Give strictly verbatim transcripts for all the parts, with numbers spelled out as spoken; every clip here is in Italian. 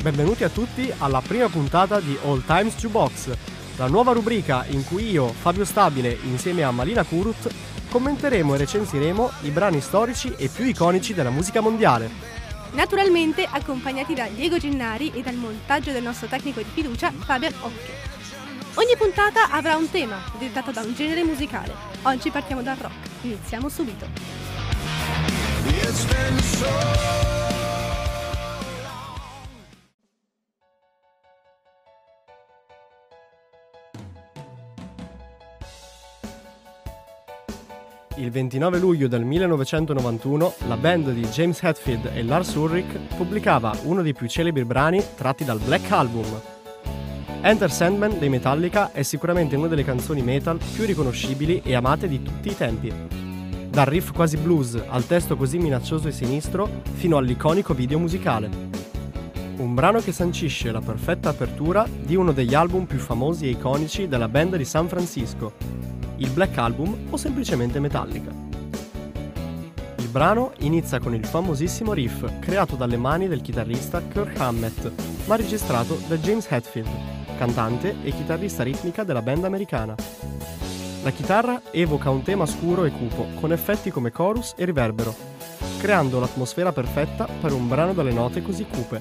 benvenuti a tutti alla prima puntata di All Times Jukebox, la nuova rubrica in cui io, Fabio Stabile, insieme a Malina Kurut, commenteremo e recensiremo i brani storici e più iconici della musica mondiale. Naturalmente accompagnati da Diego Gennari e dal montaggio del nostro tecnico di fiducia, Fabian Ocche. Ogni puntata avrà un tema, dettato da un genere musicale. Oggi partiamo dal rock. Iniziamo subito. Il ventinove luglio del millenovecentonovantuno la band di James Hetfield e Lars Ulrich pubblicava uno dei più celebri brani tratti dal Black Album. Enter Sandman dei Metallica è sicuramente una delle canzoni metal più riconoscibili e amate di tutti i tempi. Dal riff quasi blues al testo così minaccioso e sinistro fino all'iconico video musicale. Un brano che sancisce la perfetta apertura di uno degli album più famosi e iconici della band di San Francisco, il Black Album o semplicemente Metallica. Il brano inizia con il famosissimo riff creato dalle mani del chitarrista Kirk Hammett, ma registrato da James Hetfield, cantante e chitarrista ritmica della band americana. La chitarra evoca un tema scuro e cupo, con effetti come chorus e riverbero, creando l'atmosfera perfetta per un brano dalle note così cupe.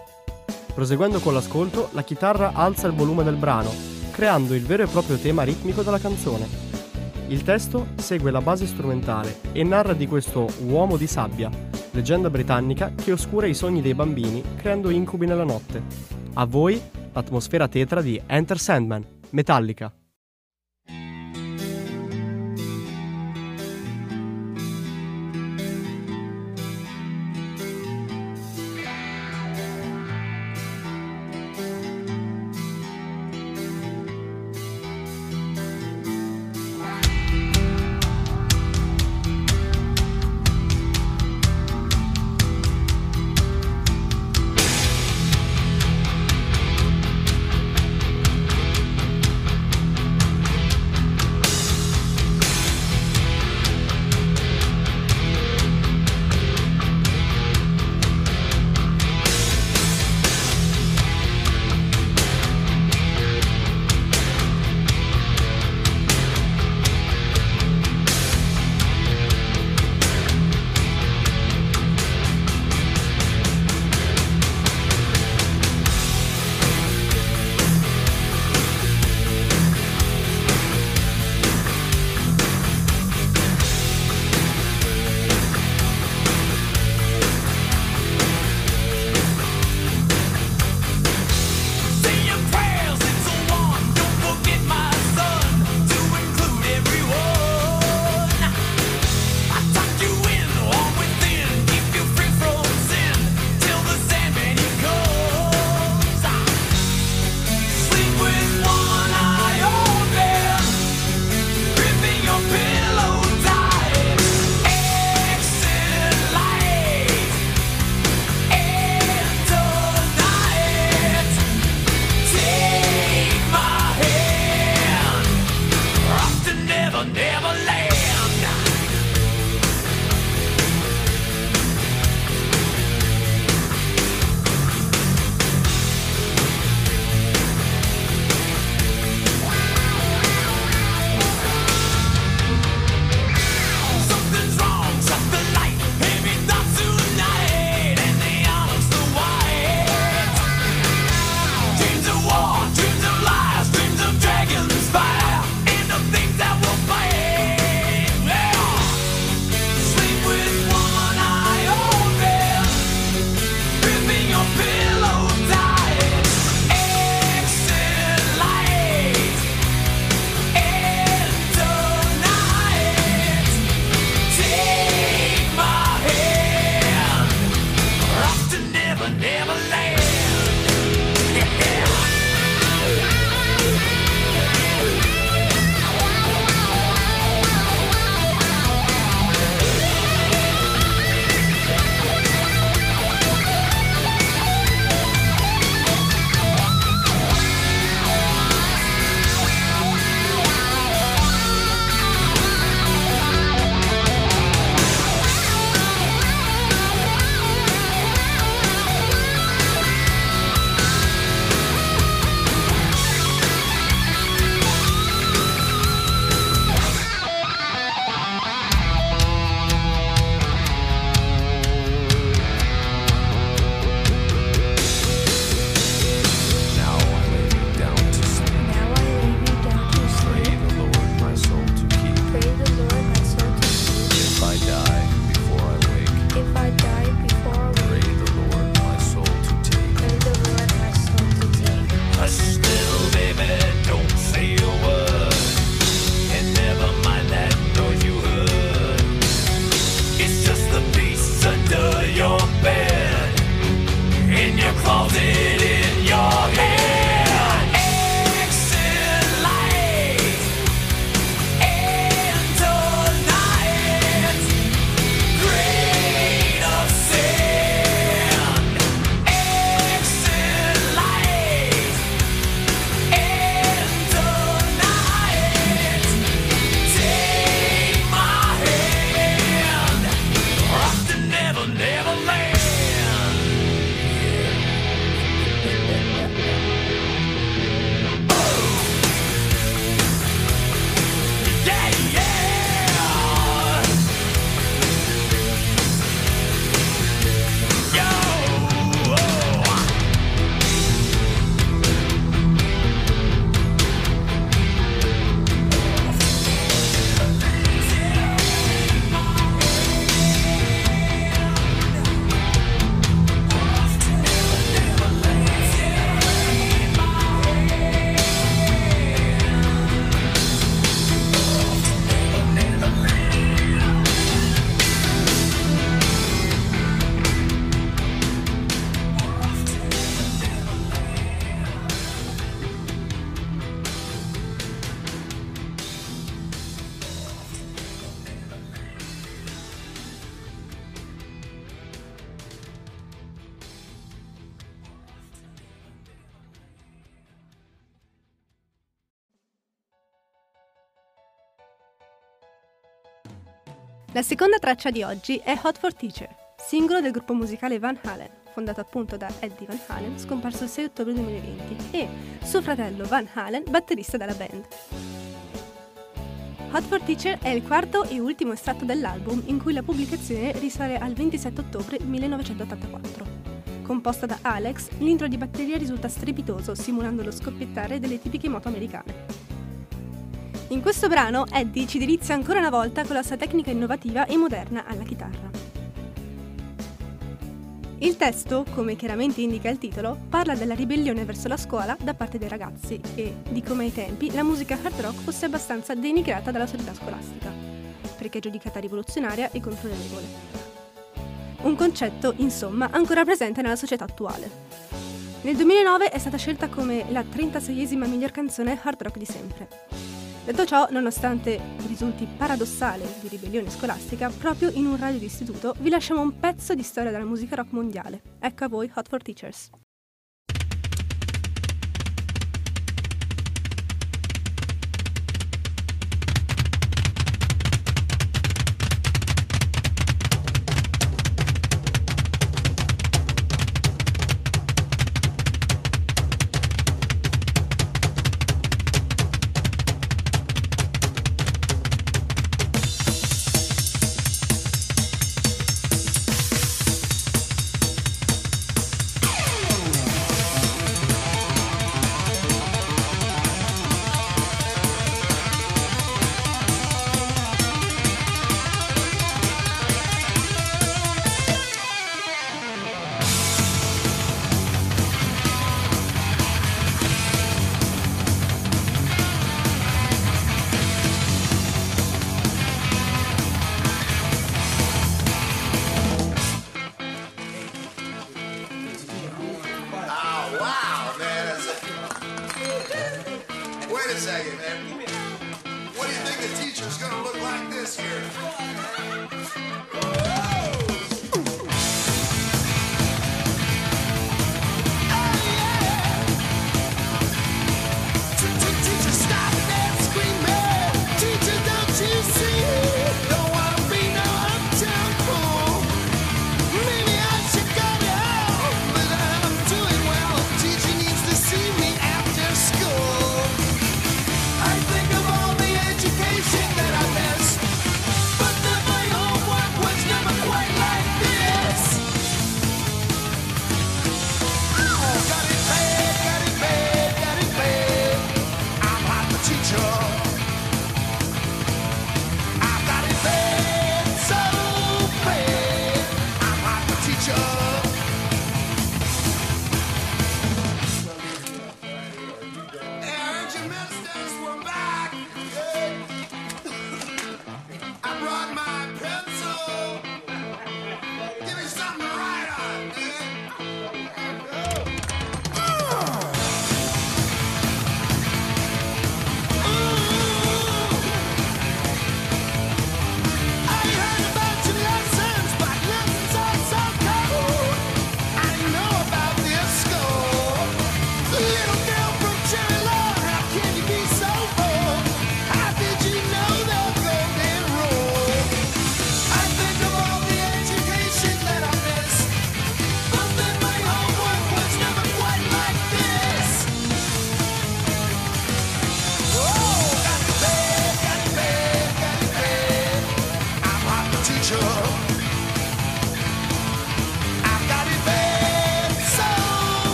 Proseguendo con l'ascolto, la chitarra alza il volume del brano, creando il vero e proprio tema ritmico della canzone. Il testo segue la base strumentale e narra di questo uomo di sabbia, leggenda britannica che oscura i sogni dei bambini creando incubi nella notte. A voi l'atmosfera tetra di Enter Sandman, Metallica. Dreams of lies, dreams of dragons, fire, and the things that will fight. La seconda traccia di oggi è Hot for Teacher, singolo del gruppo musicale Van Halen, fondato appunto da Eddie Van Halen, scomparso il sei ottobre duemilaventi, e suo fratello Van Halen, batterista della band. Hot for Teacher è il quarto e ultimo estratto dell'album, in cui la pubblicazione risale al ventisette ottobre millenovecentottantaquattro. Composta da Alex, l'intro di batteria risulta strepitoso, simulando lo scoppiettare delle tipiche moto americane. In questo brano Eddie ci delizia ancora una volta con la sua tecnica innovativa e moderna alla chitarra. Il testo, come chiaramente indica il titolo, parla della ribellione verso la scuola da parte dei ragazzi e di come ai tempi la musica hard rock fosse abbastanza denigrata dall'autorità scolastica, perché giudicata rivoluzionaria e controllevole. Un concetto, insomma, ancora presente nella società attuale. Nel duemilanove è stata scelta come la trentaseiesima miglior canzone hard rock di sempre. Detto ciò, nonostante risulti paradossale di ribellione scolastica, proprio in un radio di istituto vi lasciamo un pezzo di storia della musica rock mondiale. Ecco a voi Hot for Teachers.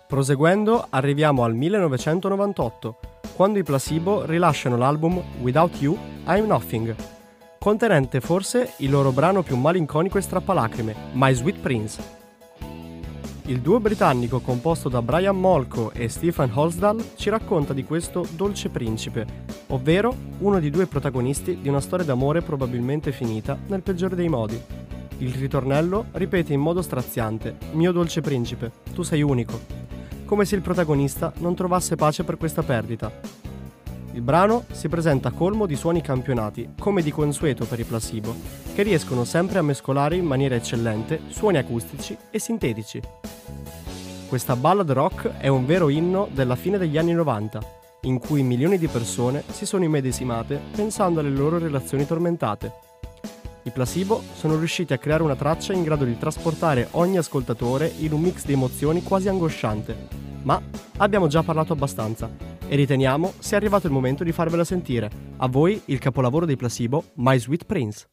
Proseguendo, arriviamo al millenovecentonovantotto, quando i Placebo rilasciano l'album Without You, I'm Nothing, contenente forse il loro brano più malinconico e strappalacrime, My Sweet Prince. Il duo britannico composto da Brian Molko e Stephen Holsdal ci racconta di questo dolce principe, ovvero uno dei due protagonisti di una storia d'amore probabilmente finita nel peggiore dei modi. Il ritornello ripete in modo straziante: mio dolce principe, tu sei unico, come se il protagonista non trovasse pace per questa perdita. Il brano si presenta colmo di suoni campionati, come di consueto per i Placebo, che riescono sempre a mescolare in maniera eccellente suoni acustici e sintetici. Questa ballad rock è un vero inno della fine degli anni novanta, in cui milioni di persone si sono immedesimate pensando alle loro relazioni tormentate. I Placebo sono riusciti a creare una traccia in grado di trasportare ogni ascoltatore in un mix di emozioni quasi angosciante. Ma abbiamo già parlato abbastanza e riteniamo sia arrivato il momento di farvela sentire. A voi il capolavoro dei Placebo, My Sweet Prince.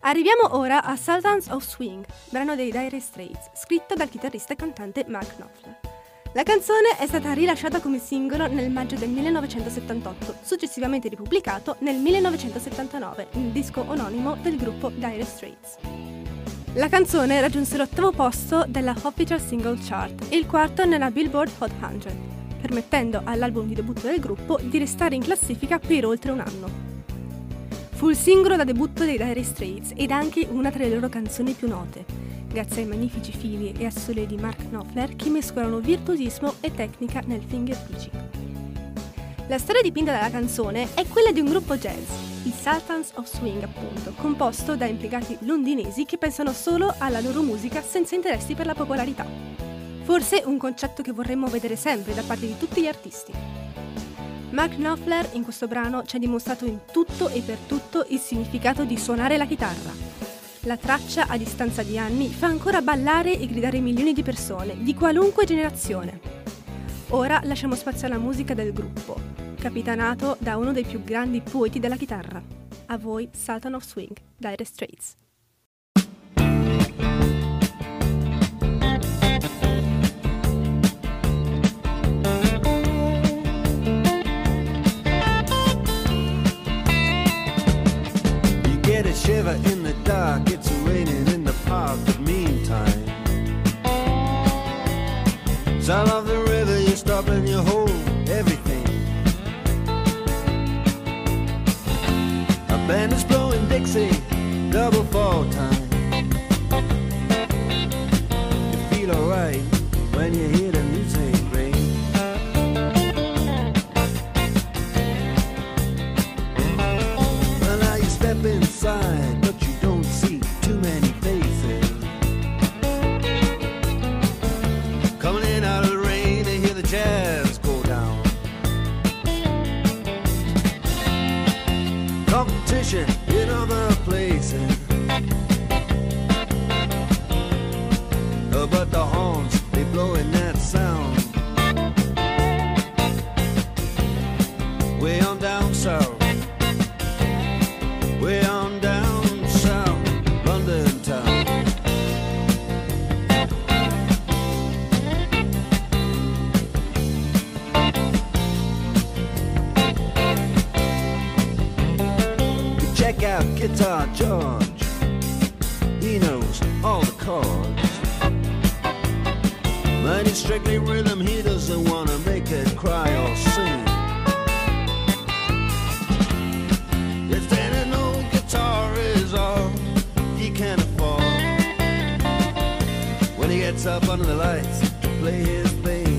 Arriviamo ora a Sultans of Swing, brano dei Dire Straits, scritto dal chitarrista e cantante Mark Knopfler. La canzone è stata rilasciata come singolo nel maggio del millenovecentosettantotto, successivamente ripubblicato nel millenovecentosettantanove nel disco omonimo del gruppo Dire Straits. La canzone raggiunse l'ottavo posto della Official Single Chart e il quarto nella Billboard Hot cento, permettendo all'album di debutto del gruppo di restare in classifica per oltre un anno. Fu il singolo da debutto dei Dire Straits ed anche una tra le loro canzoni più note, grazie ai magnifici fili e assoli di Mark Knopfler che mescolano virtuosismo e tecnica nel finger picking. La storia dipinta dalla canzone è quella di un gruppo jazz, i Sultans of Swing appunto, composto da impiegati londinesi che pensano solo alla loro musica senza interessi per la popolarità. Forse un concetto che vorremmo vedere sempre da parte di tutti gli artisti. Mark Knopfler in questo brano ci ha dimostrato in tutto e per tutto il significato di suonare la chitarra. La traccia, a distanza di anni, fa ancora ballare e gridare milioni di persone, di qualunque generazione. Ora lasciamo spazio alla musica del gruppo, capitanato da uno dei più grandi poeti della chitarra. A voi, Sultan of Swing, Dire Straits. You get a shiver in the dark, it's raining in the park, but meantime sound of the river, you stop and you hold everything. A band is blowing Dixie, double fall time. You feel alright when you hear the music ring. Well, now you step inside, but you don't see too many faces. Coming in out of the rain to hear the jazz go down. Competition in other places, uh, but the horns, they blowing that sound. Way on down south, way on down south, London town. Check out Guitar George, he knows all the chords. But it's strictly rhythm, he doesn't wanna make it cry or sing. If an old guitar is all he can afford, when he gets up under the lights to play his thing.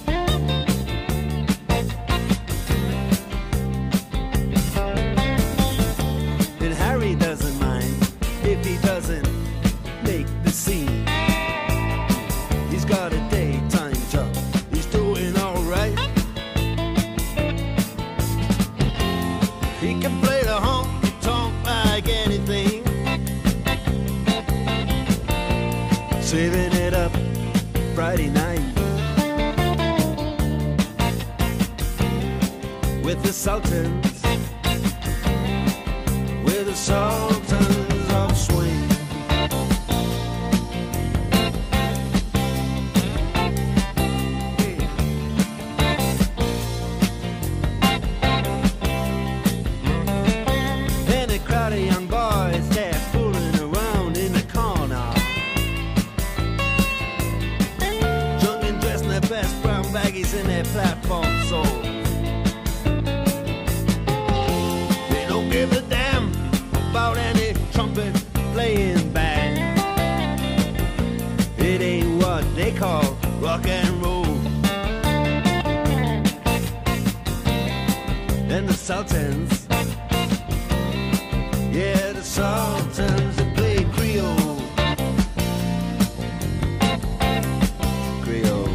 He doesn't mind if he doesn't make the scene. He's got a daytime job, he's doing alright. He can play the honky-tonk like anything, saving it up Friday night with the Sultans. The Sultans of Swing. And a crowd of young boys, they're fooling around in the corner, drunk and dressed in their best brown baggies in their platform soles. They don't give a damn about any trumpet playing band. It ain't what they call rock and roll. And the Sultans, yeah, the Sultans, they play Creole. Creole.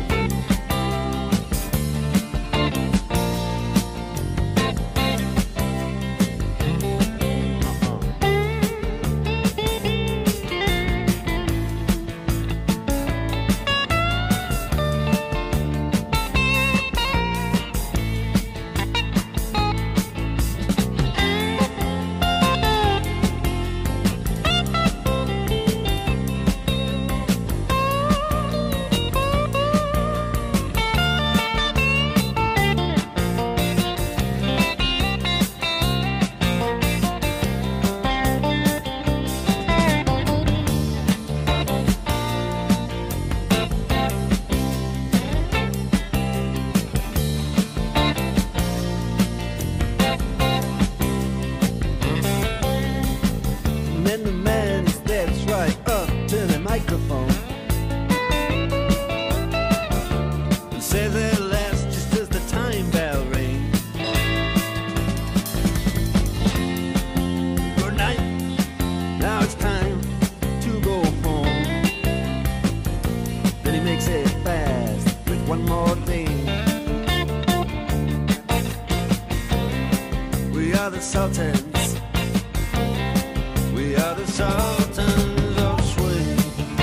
one more thing. We are the Sultans. We are the Sultans of Swing.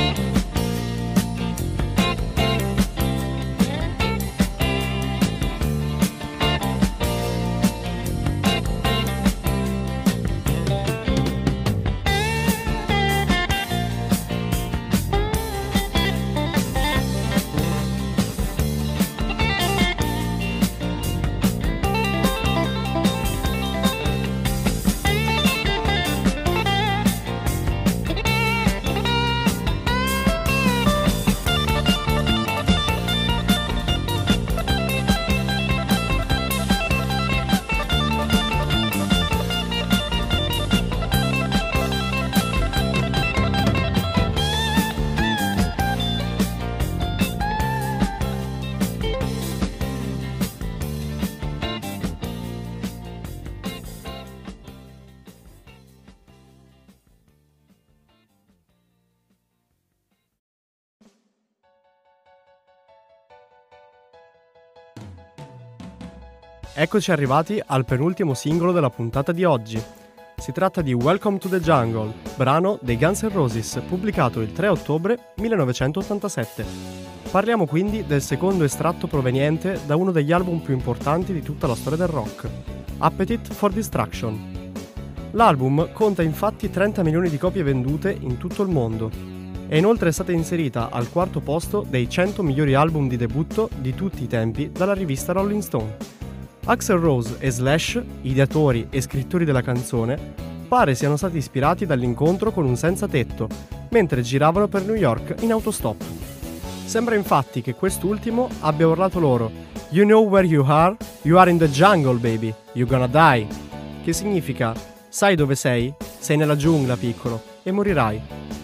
Eccoci arrivati al penultimo singolo della puntata di oggi. Si tratta di Welcome to the Jungle, brano dei Guns N' Roses, pubblicato il tre ottobre millenovecentottantasette. Parliamo quindi del secondo estratto proveniente da uno degli album più importanti di tutta la storia del rock, Appetite for Destruction. L'album conta infatti trenta milioni di copie vendute in tutto il mondo. È inoltre stata inserita al quarto posto dei cento migliori album di debutto di tutti i tempi dalla rivista Rolling Stone. Axl Rose e Slash, ideatori e scrittori della canzone, pare siano stati ispirati dall'incontro con un senza tetto, mentre giravano per New York in autostop. Sembra infatti che quest'ultimo abbia urlato loro "You know where you are? You are in the jungle, baby. You're gonna die", che significa "Sai dove sei? Sei nella giungla, piccolo, e morirai".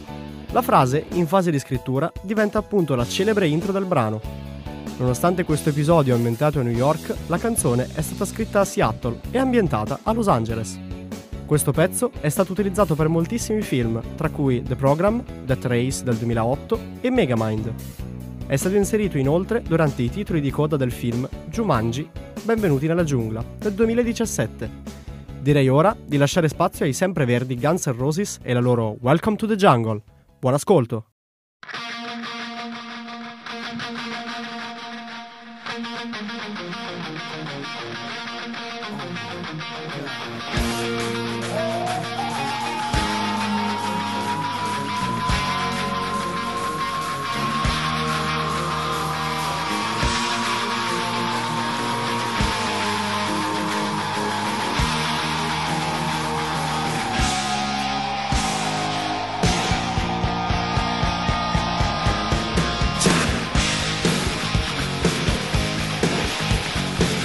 La frase, in fase di scrittura, diventa appunto la celebre intro del brano. Nonostante questo episodio ambientato a New York, la canzone è stata scritta a Seattle e ambientata a Los Angeles. Questo pezzo è stato utilizzato per moltissimi film, tra cui The Program, Death Race del duemilaotto e Megamind. È stato inserito inoltre durante i titoli di coda del film Jumanji, Benvenuti nella giungla, del duemiladiciassette. Direi ora di lasciare spazio ai sempreverdi Guns N' Roses e la loro Welcome to the Jungle. Buon ascolto!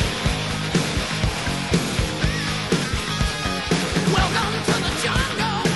Welcome to the jungle.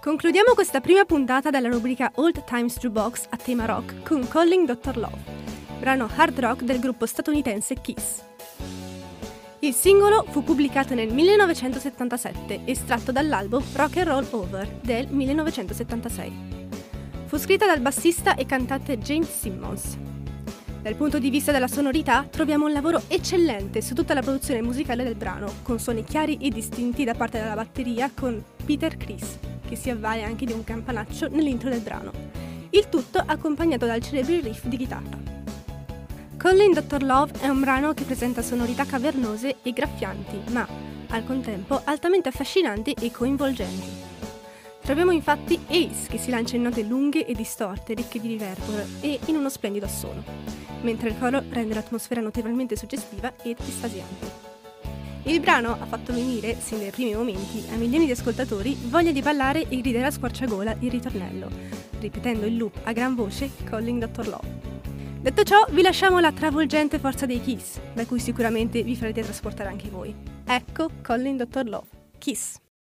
Concludiamo questa prima puntata della rubrica Old Times Jukebox a tema rock con Calling doctor Love, brano hard rock del gruppo statunitense Kiss. Il singolo fu pubblicato nel millenovecentosettantasette, estratto dall'album Rock and Roll Over del millenovecentosettantasei. Fu scritta dal bassista e cantante James Simmons. Dal punto di vista della sonorità, troviamo un lavoro eccellente su tutta la produzione musicale del brano, con suoni chiari e distinti da parte della batteria con Peter Criss, che si avvale anche di un campanaccio nell'intro del brano. Il tutto accompagnato dal celebre riff di chitarra. Calling doctor Love è un brano che presenta sonorità cavernose e graffianti, ma, al contempo, altamente affascinanti e coinvolgenti. Troviamo infatti Ace che si lancia in note lunghe e distorte, ricche di riverbero e in uno splendido assolo, mentre il coro rende l'atmosfera notevolmente suggestiva ed estasiante. Il brano ha fatto venire, sin dai primi momenti, a milioni di ascoltatori voglia di ballare e gridare a squarciagola il ritornello, ripetendo il loop a gran voce Calling doctor Love. Detto ciò, vi lasciamo la travolgente forza dei Kiss, da cui sicuramente vi farete trasportare anche voi. Ecco Calling doctor Love, Kiss.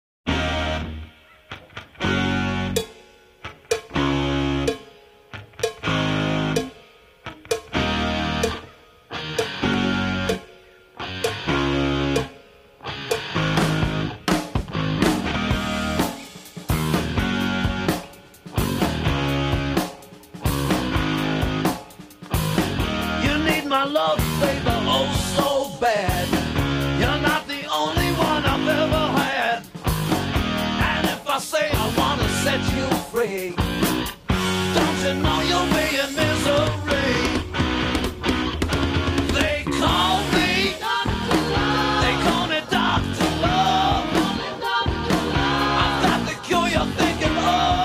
My love, baby, oh so bad. You're not the only one I've ever had. And if I say I wanna set you free, don't you know you'll be in misery? They call me Doctor Love. They call me Doctor Love. I've got the cure you're thinking of.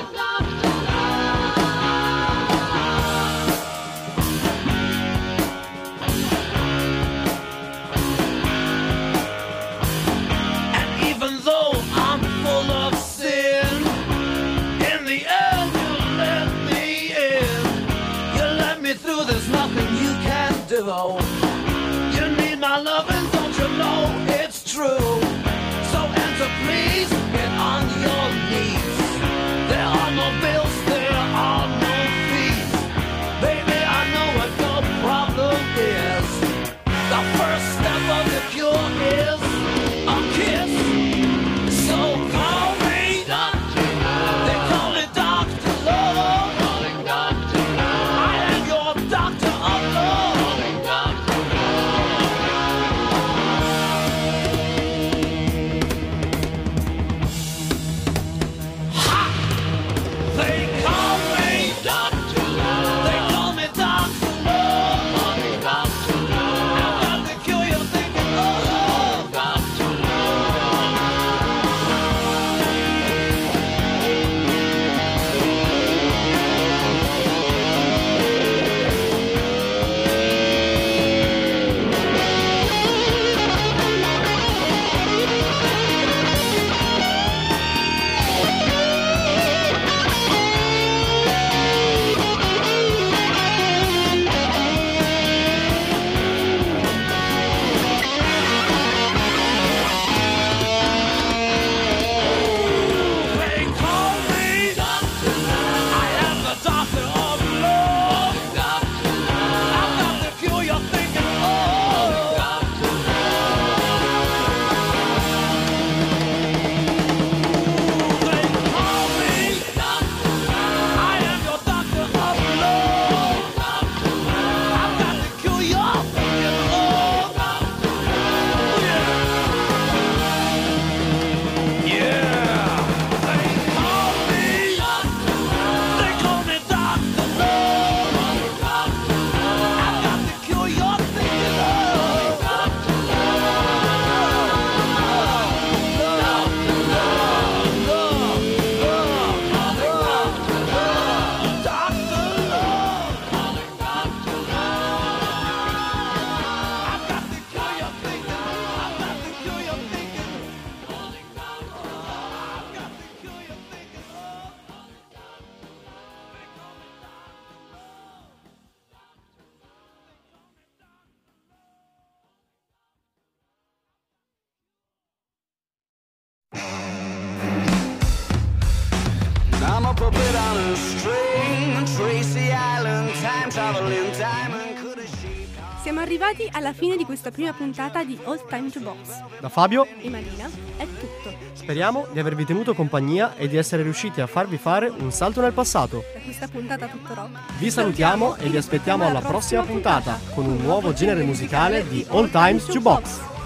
You need my loving, don't you know it's true? So answer please, get on your knees. There are no bills, there are no fees. Baby, I know what your problem is. The first step of the cure is a kiss. So call me Doctor Love. They call it Doctor Love. Calling Doctor Love. I am your doctor of love. siamo arrivati alla fine di questa prima puntata di Old Time Jukebox. Da Fabio E Marina è tutto. speriamo di avervi tenuto compagnia e di essere riusciti a farvi fare un salto nel passato. Da questa puntata tutto rock. Vi salutiamo e vi aspettiamo alla prossima puntata con un nuovo genere musicale di Old Times Jukebox.